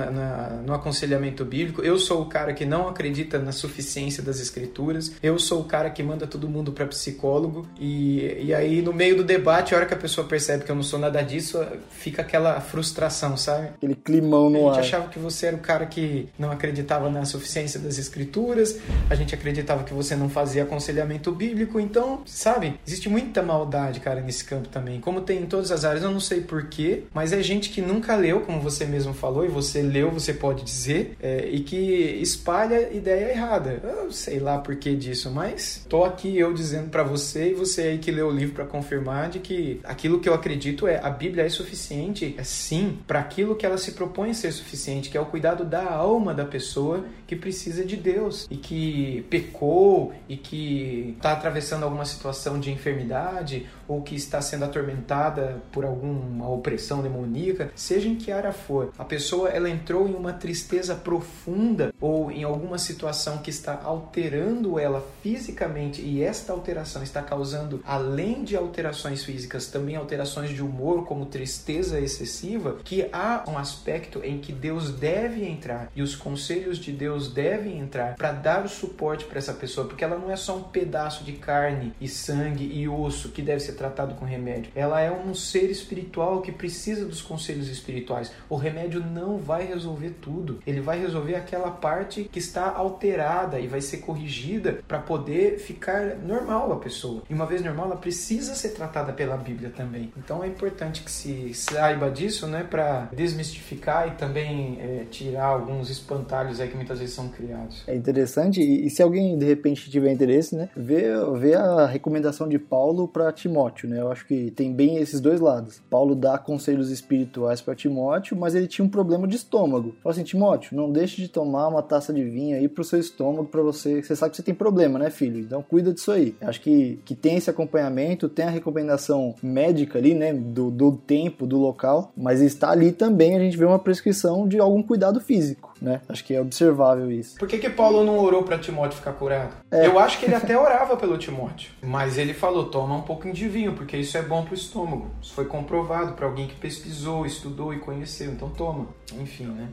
no aconselhamento bíblico, eu sou o cara que não acredita na suficiência das escrituras, eu sou o cara que manda todo mundo para psicólogo e aí no meio do debate, a hora que a pessoa percebe que eu não sou nada disso, fica aquela frustração, sabe? Aquele climão no ar. A gente achava que você era o cara que não acreditava na suficiência das escrituras, a gente acreditava que você não fazia aconselhamento bíblico, então, sabe? Existe muita maldade, cara, nesse campo também. Como tem em todas as áreas, eu não sei porquê, mas é gente que nunca leu, como você mesmo falou, e você leu, você pode dizer, e que espalha ideia errada. Eu sei lá porquê disso, mas tô aqui eu dizendo pra você, e você aí que leu o livro pra confirmar de que aquilo que eu acredito a Bíblia é suficiente, sim, para aquilo que ela se propõe a ser suficiente, que é o cuidado da alma da pessoa que precisa de Deus e que pecou e que está atravessando alguma situação de enfermidade ou que está sendo atormentada por alguma opressão demoníaca, seja em que área for. A pessoa ela entrou em uma tristeza profunda ou em alguma situação que está alterando ela fisicamente e esta alteração está causando, além de alterações físicas, também alterações de humor, como tristeza excessiva, que há um aspecto em que Deus deve entrar e os conselhos de Deus devem entrar para dar o suporte para essa pessoa, porque ela não é só um pedaço de carne e sangue e osso que deve ser tratado com remédio. Ela é um ser espiritual que precisa dos conselhos espirituais. O remédio não vai resolver tudo. Ele vai resolver aquela parte que está alterada e vai ser corrigida para poder ficar normal a pessoa. E uma vez normal, ela precisa ser tratada pela Bíblia também. Então é importante que se saiba disso, né, para desmistificar e também tirar alguns espantalhos aí que muitas vezes são criados. É interessante, e se alguém de repente tiver interesse, né, ver a recomendação de Paulo para Timóteo, né? Eu acho que tem bem esses dois lados. Paulo dá conselhos espirituais para Timóteo, mas ele tinha um problema de estômago. Fala assim: Timóteo, não deixe de tomar uma taça de vinho aí pro seu estômago, para você sabe que você tem problema, né, filho? Então cuida disso aí. Eu acho que tem esse acompanhamento, tem a recomendação médica ali, né, do tempo, do local, mas está ali também a gente vê uma prescrição de algum cuidado físico, né? Acho que é observável isso. Por que Paulo não orou para Timóteo ficar curado? Eu acho que ele até orava pelo Timóteo, mas ele falou: toma um pouquinho de vinho, porque isso é bom pro estômago. Isso foi comprovado para alguém que pesquisou, estudou e conheceu, então toma. Enfim, né?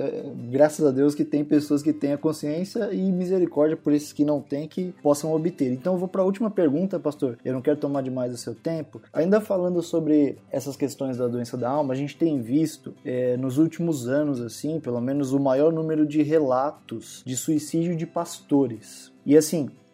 Graças a Deus que tem pessoas que têm a consciência e misericórdia por esses que não têm, que possam obter. Então eu vou para a última pergunta, pastor. Eu não quero tomar demais o seu tempo. Ainda falando sobre essas questões da doença da alma, a gente tem visto nos últimos anos, assim, pelo menos o maior número de relatos de suicídio de pastores. E assim,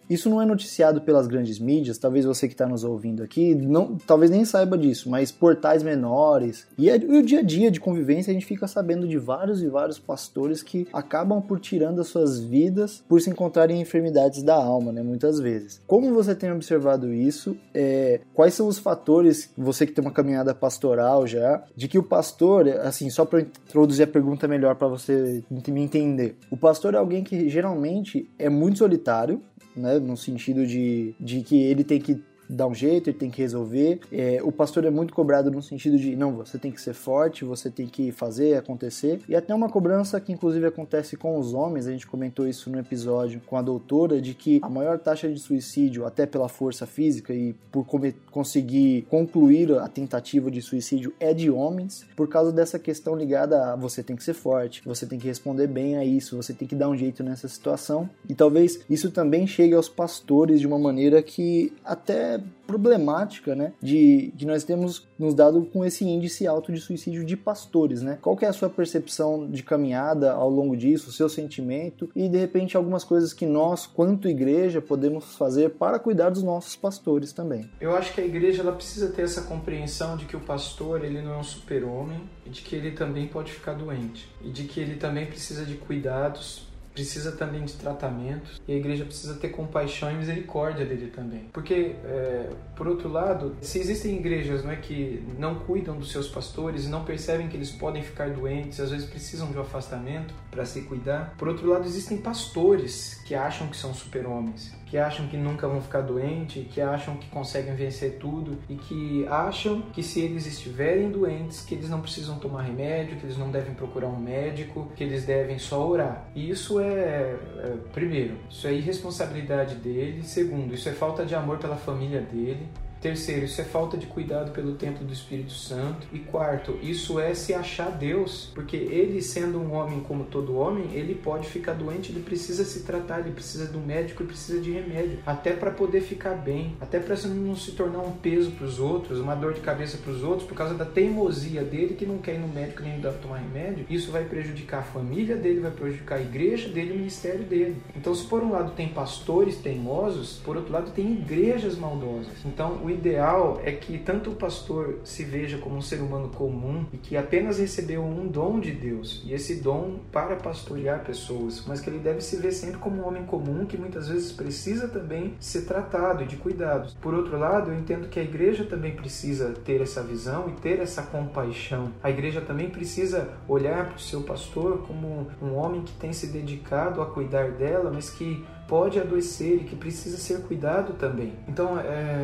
Isso não é noticiado pelas grandes mídias, talvez você que está nos ouvindo aqui, talvez nem saiba disso, mas portais menores e o dia a dia de convivência a gente fica sabendo de vários e vários pastores que acabam por tirando as suas vidas por se encontrarem em enfermidades da alma, né, muitas vezes. Como você tem observado isso? Quais são os fatores, você que tem uma caminhada pastoral já, de que o pastor, assim, só para introduzir a pergunta melhor para você me entender, o pastor é alguém que geralmente é muito solitário, né, no sentido de que ele tem que dar um jeito, ele tem que resolver. O pastor é muito cobrado no sentido de, não, você tem que ser forte, você tem que fazer acontecer. E até uma cobrança que inclusive acontece com os homens, a gente comentou isso no episódio com a doutora, de que a maior taxa de suicídio, até pela força física e por conseguir concluir a tentativa de suicídio, é de homens, por causa dessa questão ligada a você tem que ser forte, você tem que responder bem a isso, você tem que dar um jeito nessa situação. E talvez isso também chegue aos pastores de uma maneira que até problemática, né, de que nós temos nos dado com esse índice alto de suicídio de pastores, né? Qual que é a sua percepção de caminhada ao longo disso, o seu sentimento e, de repente, algumas coisas que nós, quanto igreja, podemos fazer para cuidar dos nossos pastores também? Eu acho que a igreja ela precisa ter essa compreensão de que o pastor ele não é um super-homem e de que ele também pode ficar doente e de que ele também precisa de cuidados, precisa também de tratamento, e a igreja precisa ter compaixão e misericórdia dele também. Porque, por outro lado, se existem igrejas, não é, que não cuidam dos seus pastores, não percebem que eles podem ficar doentes, às vezes precisam de um afastamento para se cuidar. Por outro lado, existem pastores que acham que são super-homens, que acham que nunca vão ficar doentes, que acham que conseguem vencer tudo e que acham que se eles estiverem doentes, que eles não precisam tomar remédio, que eles não devem procurar um médico, que eles devem só orar. E isso primeiro, isso é irresponsabilidade dele. Segundo, isso é falta de amor pela família dele. Terceiro, isso é falta de cuidado pelo templo do Espírito Santo. E quarto, isso é se achar Deus, porque ele, sendo um homem como todo homem, ele pode ficar doente, ele precisa se tratar, ele precisa de um médico e precisa de remédio, até para poder ficar bem, até para não se tornar um peso para os outros, uma dor de cabeça para os outros, por causa da teimosia dele, que não quer ir no médico nem tomar remédio. Isso vai prejudicar a família dele, vai prejudicar a igreja dele, o ministério dele. Então, se por um lado tem pastores teimosos, por outro lado tem igrejas maldosas. Então, o ideal é que tanto o pastor se veja como um ser humano comum e que apenas recebeu um dom de Deus, e esse dom para pastorear pessoas, mas que ele deve se ver sempre como um homem comum que muitas vezes precisa também ser tratado e de cuidados. Por outro lado, eu entendo que a igreja também precisa ter essa visão e ter essa compaixão. A igreja também precisa olhar para o seu pastor como um homem que tem se dedicado a cuidar dela, mas que pode adoecer e que precisa ser cuidado também. Então,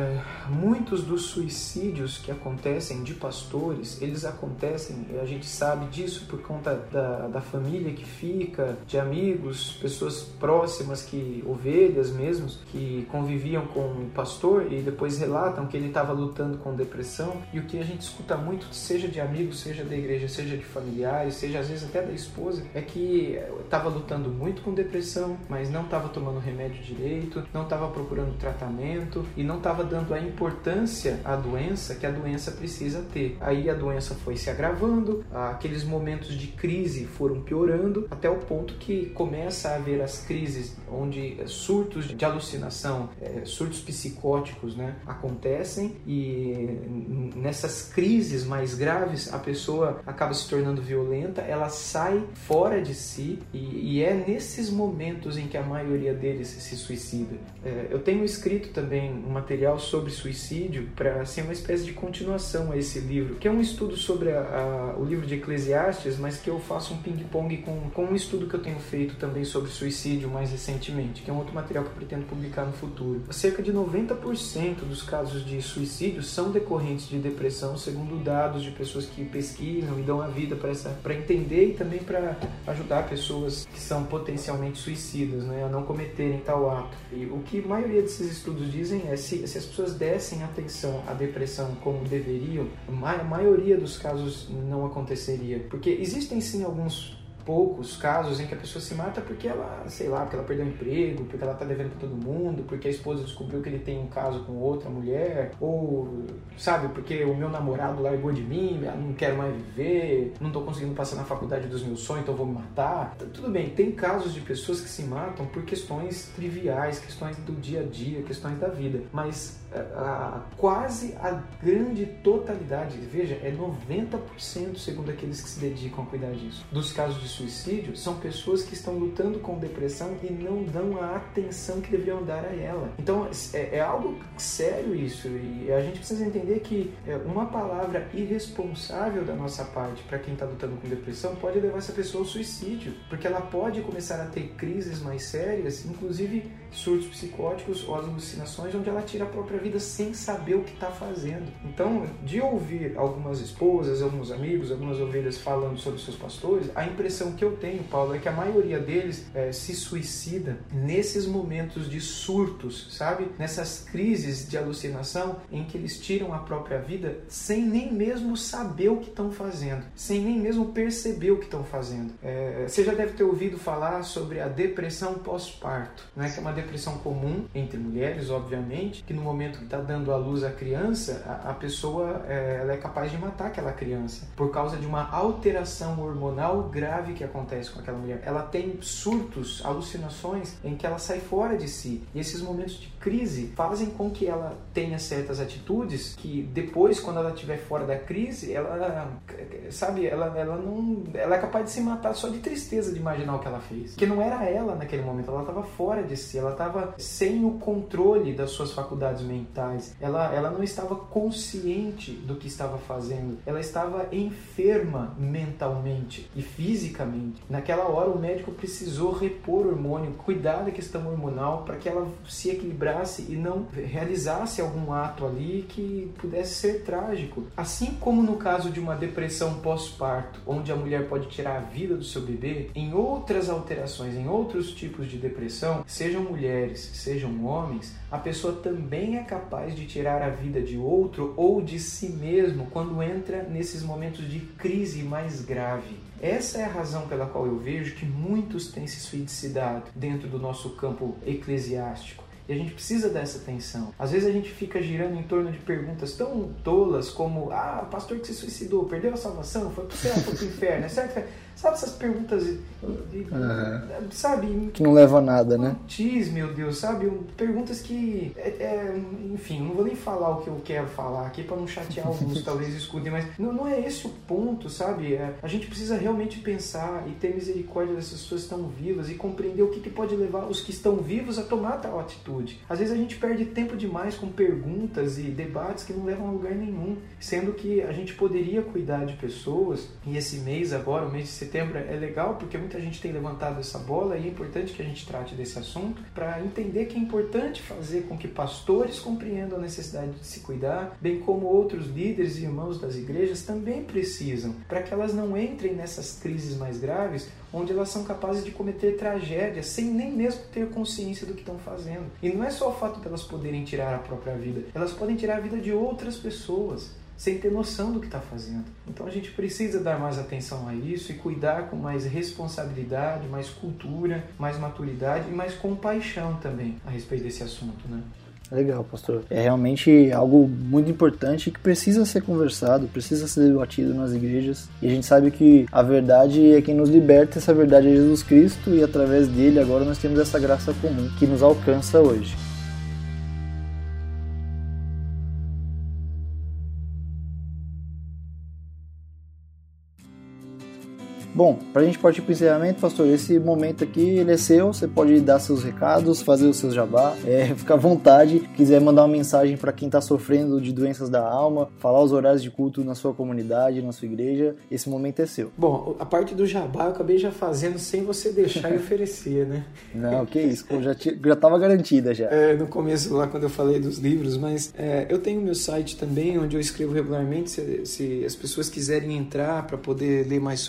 muitos dos suicídios que acontecem de pastores, eles acontecem, a gente sabe disso por conta da família que fica, de amigos, pessoas próximas, ovelhas mesmo, que conviviam com o pastor e depois relatam que ele estava lutando com depressão. E o que a gente escuta muito, seja de amigos, seja da igreja, seja de familiares, seja às vezes até da esposa, é que estava lutando muito com depressão, mas não estava tomando remédio direito, não estava procurando tratamento e não estava dando a importância à doença que a doença precisa ter. Aí a doença foi se agravando, aqueles momentos de crise foram piorando, até o ponto que começa a haver as crises onde surtos de alucinação, surtos psicóticos, né, acontecem, e nessas crises mais graves a pessoa acaba se tornando violenta, ela sai fora de si e é nesses momentos em que a maioria deles se suicida. Eu tenho escrito também um material sobre suicídio para ser uma espécie de continuação a esse livro, que é um estudo sobre o livro de Eclesiastes, mas que eu faço um ping-pong com um estudo que eu tenho feito também sobre suicídio mais recentemente, que é um outro material que eu pretendo publicar no futuro. Cerca de 90% dos casos de suicídio são decorrentes de depressão, segundo dados de pessoas que pesquisam e dão a vida para entender e também para ajudar pessoas que são potencialmente suicidas, né, a não cometerem tal ato. E o que a maioria desses estudos dizem é se as pessoas dessem atenção à depressão como deveriam, a maioria dos casos não aconteceria. Porque existem sim alguns poucos casos em que a pessoa se mata porque ela, sei lá, porque ela perdeu o emprego, porque ela tá devendo pra todo mundo, porque a esposa descobriu que ele tem um caso com outra mulher, ou, sabe, porque o meu namorado largou de mim, não quero mais viver, não tô conseguindo passar na faculdade dos meus sonhos, então vou me matar. Tudo bem, tem casos de pessoas que se matam por questões triviais, questões do dia a dia, questões da vida, mas quase a grande totalidade, veja, é 90% segundo aqueles que se dedicam a cuidar disso, dos casos de suicídio, são pessoas que estão lutando com depressão e não dão a atenção que deveriam dar a ela. Então é algo sério isso, e a gente precisa entender que uma palavra irresponsável da nossa parte para quem está lutando com depressão pode levar essa pessoa ao suicídio, porque ela pode começar a ter crises mais sérias, inclusive surtos psicóticos ou alucinações, onde ela tira a própria vida sem saber o que está fazendo. Então, de ouvir algumas esposas, alguns amigos, algumas ovelhas falando sobre seus pastores, a impressão que eu tenho, Paulo, é que a maioria deles se suicida nesses momentos de surtos, sabe? Nessas crises de alucinação em que eles tiram a própria vida sem nem mesmo saber o que estão fazendo, sem nem mesmo perceber o que estão fazendo. Você já deve ter ouvido falar sobre a depressão pós-parto, né? Que é uma depressão comum entre mulheres, obviamente, que no momento que está dando à luz a criança, a pessoa ela é capaz de matar aquela criança por causa de uma alteração hormonal grave que acontece com aquela mulher. Ela tem surtos, alucinações em que ela sai fora de si, e esses momentos de crise fazem com que ela tenha certas atitudes que depois, quando ela estiver fora da crise, ela, sabe, ela é capaz de se matar só de tristeza de imaginar o que ela fez, porque não era ela naquele momento, ela estava fora de si, ela estava sem o controle das suas faculdades mentais, ela não estava consciente do que estava fazendo, ela estava enferma mentalmente e fisicamente. Naquela hora o médico precisou repor o hormônio, cuidar da questão hormonal para que ela se equilibrasse e não realizasse algum ato ali que pudesse ser trágico. Assim como no caso de uma depressão pós-parto, onde a mulher pode tirar a vida do seu bebê, em outras alterações, em outros tipos de depressão, sejam mulheres, sejam homens, a pessoa também é capaz de tirar a vida de outro ou de si mesmo quando entra nesses momentos de crise mais grave. Essa é a razão pela qual eu vejo que muitos têm se suicidado dentro do nosso campo eclesiástico. E a gente precisa dessa atenção. Às vezes a gente fica girando em torno de perguntas tão tolas como: o pastor que se suicidou, perdeu a salvação, foi pro céu, foi pro inferno, é certo? Sabe essas perguntas, sabe? Que não leva a nada, né? Meu Deus, sabe? Perguntas que, enfim, não vou nem falar o que eu quero falar aqui para não chatear alguns, talvez escutem, mas não é esse o ponto, sabe? A gente precisa realmente pensar e ter misericórdia dessas pessoas que estão vivas e compreender o que pode levar os que estão vivos a tomar tal atitude. Às vezes a gente perde tempo demais com perguntas e debates que não levam a lugar nenhum, sendo que a gente poderia cuidar de pessoas, e esse mês agora, o mês de setembro, é legal porque muita gente tem levantado essa bola e é importante que a gente trate desse assunto para entender que é importante fazer com que pastores compreendam a necessidade de se cuidar, bem como outros líderes e irmãos das igrejas também precisam, para que elas não entrem nessas crises mais graves, onde elas são capazes de cometer tragédias sem nem mesmo ter consciência do que estão fazendo. E não é só o fato de elas poderem tirar a própria vida, elas podem tirar a vida de outras pessoas, sem ter noção do que está fazendo. Então a gente precisa dar mais atenção a isso e cuidar com mais responsabilidade, mais cultura, mais maturidade e mais compaixão também a respeito desse assunto, né? Legal, pastor. É realmente algo muito importante que precisa ser conversado, precisa ser debatido nas igrejas. E a gente sabe que a verdade é quem nos liberta, essa verdade é Jesus Cristo, e através dele agora nós temos essa graça comum que nos alcança hoje. Bom, para a gente partir para o encerramento, pastor, esse momento aqui ele é seu, você pode dar seus recados, fazer os seus jabá, fica à vontade, quiser mandar uma mensagem para quem está sofrendo de doenças da alma, falar os horários de culto na sua comunidade, na sua igreja, esse momento é seu. Bom, a parte do jabá eu acabei já fazendo sem você deixar e oferecer, né? Não, que isso, já estava garantida já. No começo lá quando eu falei dos livros, mas eu tenho meu site também, onde eu escrevo regularmente, se as pessoas quiserem entrar para poder ler mais sobre isso, é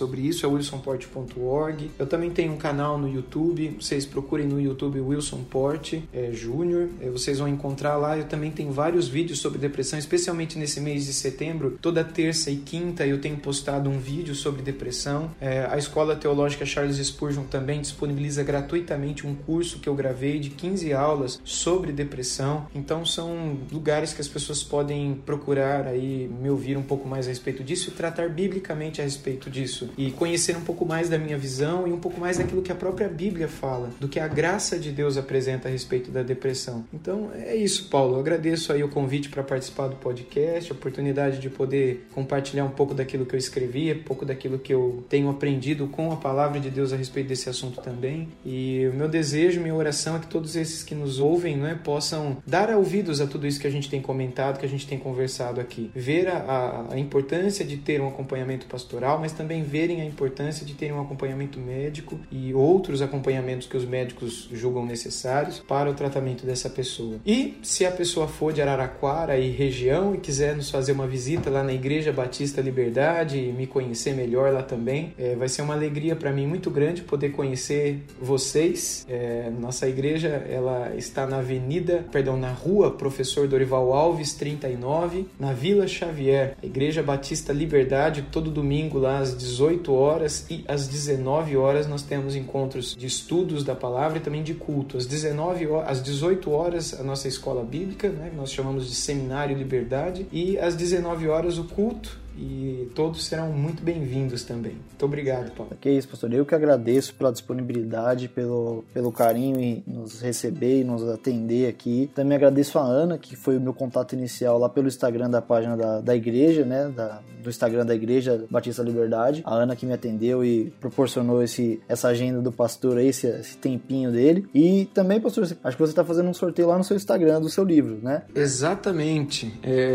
wilsonporte.org. Eu também tenho um canal no YouTube, vocês procurem no YouTube Wilson Porte Júnior, vocês vão encontrar lá. Eu também tenho vários vídeos sobre depressão, especialmente nesse mês de setembro. Toda terça e quinta eu tenho postado um vídeo sobre depressão. A Escola Teológica Charles Spurgeon também disponibiliza gratuitamente um curso que eu gravei de 15 aulas sobre depressão. Então são lugares que as pessoas podem procurar aí me ouvir um pouco mais a respeito disso e tratar biblicamente a respeito disso e conhecer um pouco mais da minha visão e um pouco mais daquilo que a própria Bíblia fala, do que a graça de Deus apresenta a respeito da depressão. Então é isso, Paulo. Eu agradeço aí o convite para participar do podcast, a oportunidade de poder compartilhar um pouco daquilo que eu escrevi, um pouco daquilo que eu tenho aprendido com a palavra de Deus a respeito desse assunto também. E o meu desejo, minha oração é que todos esses que nos ouvem, né, possam dar ouvidos a tudo isso que a gente tem comentado, que a gente tem conversado aqui. Ver a importância de ter um acompanhamento pastoral, mas também verem a importância de ter um acompanhamento médico e outros acompanhamentos que os médicos julgam necessários para o tratamento dessa pessoa. E se a pessoa for de Araraquara e região e quiser nos fazer uma visita lá na Igreja Batista Liberdade e me conhecer melhor lá também, vai ser uma alegria para mim muito grande poder conhecer vocês. Nossa igreja, ela está na na rua Professor Dorival Alves 39, na Vila Xavier. A Igreja Batista Liberdade, todo domingo lá às 18 horas e às 19 horas nós temos encontros de estudos da palavra e também de culto. Às 18 horas a nossa escola bíblica, né, nós chamamos de Seminário Liberdade, e às 19 horas o culto. E todos serão muito bem-vindos também. Muito obrigado, Paulo. Que isso, pastor. Eu que agradeço pela disponibilidade, pelo carinho em nos receber e nos atender aqui. Também agradeço a Ana, que foi o meu contato inicial lá pelo Instagram da página da igreja, né? Do Instagram da Igreja Batista Liberdade. A Ana que me atendeu e proporcionou essa agenda do pastor aí, esse tempinho dele. E também, pastor, acho que você está fazendo um sorteio lá no seu Instagram do seu livro, né? Exatamente.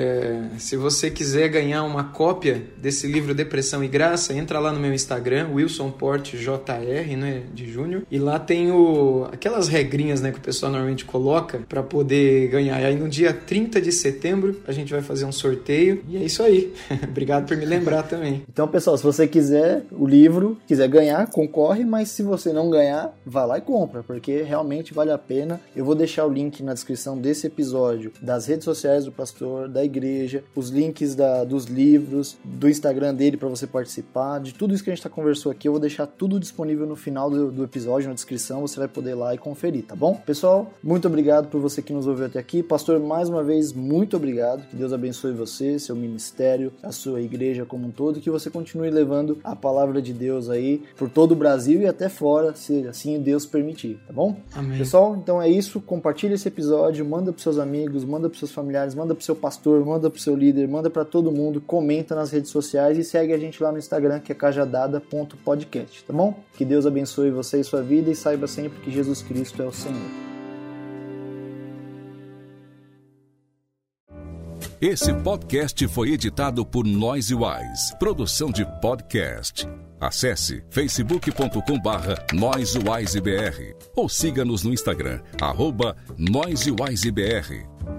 Se você quiser ganhar uma cópia desse livro Depressão e Graça, entra lá no meu Instagram, Wilson Porte JR, né, de Júnior, e lá tem aquelas regrinhas, né, que o pessoal normalmente coloca para poder ganhar. E aí no dia 30 de setembro a gente vai fazer um sorteio e é isso aí. Obrigado por me lembrar também. Então, pessoal, se você quiser o livro, quiser ganhar, concorre, mas se você não ganhar, vai lá e compra, porque realmente vale a pena. Eu vou deixar o link na descrição desse episódio das redes sociais do pastor, da igreja, os links dos livros, do Instagram dele para você participar, de tudo isso que a gente conversou aqui. Eu vou deixar tudo disponível no final do episódio, na descrição, você vai poder ir lá e conferir, tá bom? Pessoal, muito obrigado por você que nos ouviu até aqui. Pastor, mais uma vez, muito obrigado. Que Deus abençoe você, seu ministério, a sua igreja como um todo, que você continue levando a palavra de Deus aí por todo o Brasil e até fora, se assim Deus permitir, tá bom? Amém. Pessoal, então é isso. Compartilha esse episódio, manda pros seus amigos, manda pros seus familiares, manda pro seu pastor, manda pro seu líder, manda para todo mundo, comenta nas redes sociais e segue a gente lá no Instagram, que é cajadada.podcast, tá bom? Que Deus abençoe você e sua vida e saiba sempre que Jesus Cristo é o Senhor. Esse podcast foi editado por NoiseWise, produção de podcast. Acesse facebook.com/NoiseWiseBR ou siga-nos no Instagram, @NoiseWiseBR.